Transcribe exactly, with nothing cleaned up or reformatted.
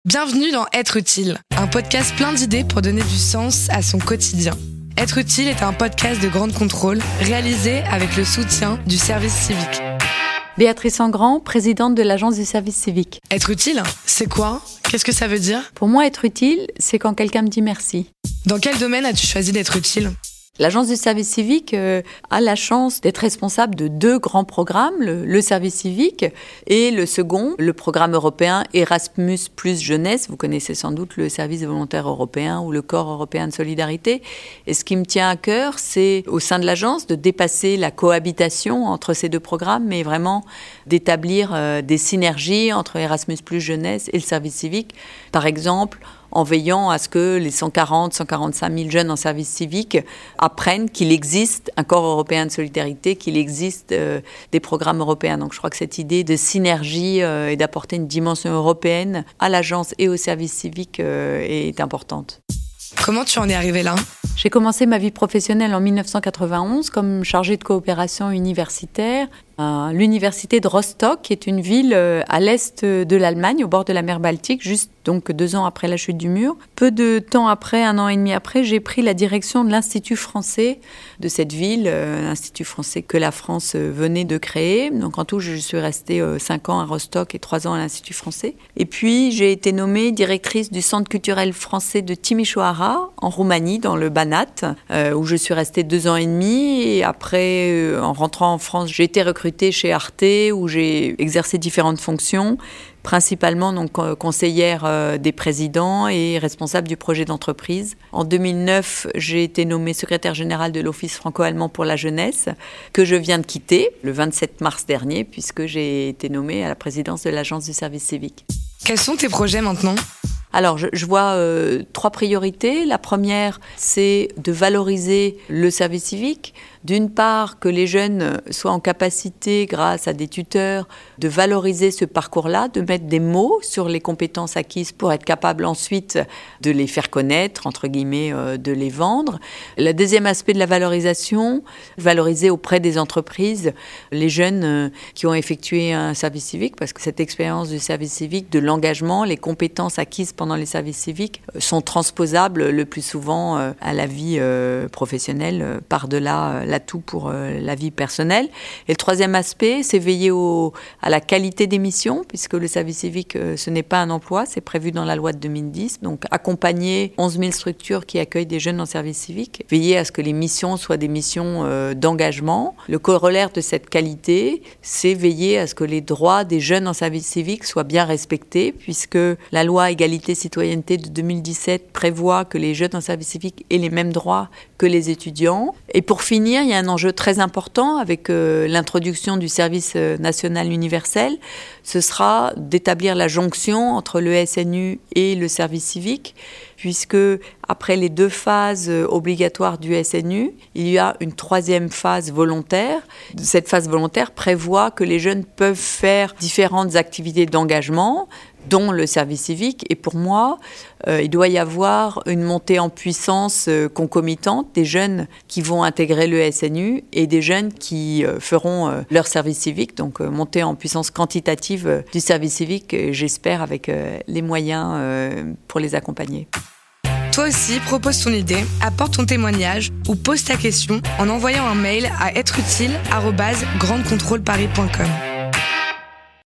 Bienvenue dans Être utile, un podcast plein d'idées pour donner du sens à son quotidien. Être utile est un podcast de Grande Contrôle réalisé avec le soutien du service civique. Béatrice Engrand, présidente de l'Agence du service civique. Être utile, c'est quoi ? Qu'est-ce que ça veut dire ? Pour moi, être utile, c'est quand quelqu'un me dit merci. Dans quel domaine as-tu choisi d'être utile ? L'Agence du service civique euh, a la chance d'être responsable de deux grands programmes, le, le service civique et le second, le programme européen Erasmus plus jeunesse. Vous connaissez sans doute le service volontaire européen ou le corps européen de solidarité. Et ce qui me tient à cœur, c'est au sein de l'agence de dépasser la cohabitation entre ces deux programmes, mais vraiment d'établir euh, des synergies entre Erasmus plus jeunesse et le service civique. Par exemple, en veillant à ce que les cent quarante à cent quarante-cinq mille jeunes en service civique apprennent qu'il existe un corps européen de solidarité, qu'il existe euh, des programmes européens. Donc je crois que cette idée de synergie euh, et d'apporter une dimension européenne à l'agence et au service civique euh, est importante. Comment tu en es arrivée là ? J'ai commencé ma vie professionnelle en dix-neuf cent quatre-vingt-onze comme chargée de coopération universitaire à l'université de Rostock, qui est une ville à l'est de l'Allemagne, au bord de la mer Baltique, juste donc deux ans après la chute du mur. Peu de temps après, un an et demi après, j'ai pris la direction de l'Institut français de cette ville, l'Institut français que la France venait de créer. Donc en tout, je suis restée cinq ans à Rostock et trois ans à l'Institut français. Et puis, j'ai été nommée directrice du Centre culturel français de Timișoara, en Roumanie, dans le Banat, où je suis restée deux ans et demi. Et après, en rentrant en France, j'ai été recrutée chez Arte, où j'ai exercé différentes fonctions, principalement donc conseillère euh, des présidents et responsable du projet d'entreprise. En deux mille neuf, j'ai été nommée secrétaire générale de l'Office franco-allemand pour la jeunesse, que je viens de quitter le vingt-sept mars dernier, puisque j'ai été nommée à la présidence de l'Agence du service civique. Quels sont tes projets maintenant ? Alors, je, je vois euh, trois priorités. La première, c'est de valoriser le service civique. D'une part, que les jeunes soient en capacité, grâce à des tuteurs, de valoriser ce parcours-là, de mettre des mots sur les compétences acquises pour être capable ensuite de les faire connaître, entre guillemets, euh, de les vendre. Le deuxième aspect de la valorisation, valoriser auprès des entreprises les jeunes euh, qui ont effectué un service civique, parce que cette expérience du service civique, de l'engagement, les compétences acquises pendant les services civiques euh, sont transposables le plus souvent euh, à la vie euh, professionnelle, euh, par-delà euh, l'atout pour euh, la vie personnelle. Et le troisième aspect, c'est veiller au, à la qualité des missions, puisque le service civique, euh, ce n'est pas un emploi, c'est prévu dans la loi de deux mille dix. Donc, accompagner onze mille structures qui accueillent des jeunes en service civique, veiller à ce que les missions soient des missions euh, d'engagement. Le corollaire de cette qualité, c'est veiller à ce que les droits des jeunes en service civique soient bien respectés, puisque la loi égalité citoyenneté de deux mille dix-sept prévoit que les jeunes en service civique aient les mêmes droits que les étudiants. Et pour finir, il y a un enjeu très important avec euh, l'introduction du service national universel. Ce sera d'établir la jonction entre le S N U et le service civique, puisque après les deux phases obligatoires du S N U, il y a une troisième phase volontaire. Cette phase volontaire prévoit que les jeunes peuvent faire différentes activités d'engagement, dont le service civique. Et pour moi, euh, il doit y avoir une montée en puissance euh, concomitante des jeunes qui vont intégrer le S N U et des jeunes qui euh, feront euh, leur service civique, donc euh, montée en puissance quantitative euh, du service civique, euh, j'espère, avec euh, les moyens euh, pour les accompagner. Toi aussi, propose ton idée, apporte ton témoignage ou pose ta question en envoyant un mail à êtreutile arobase grande contrôle paris point com.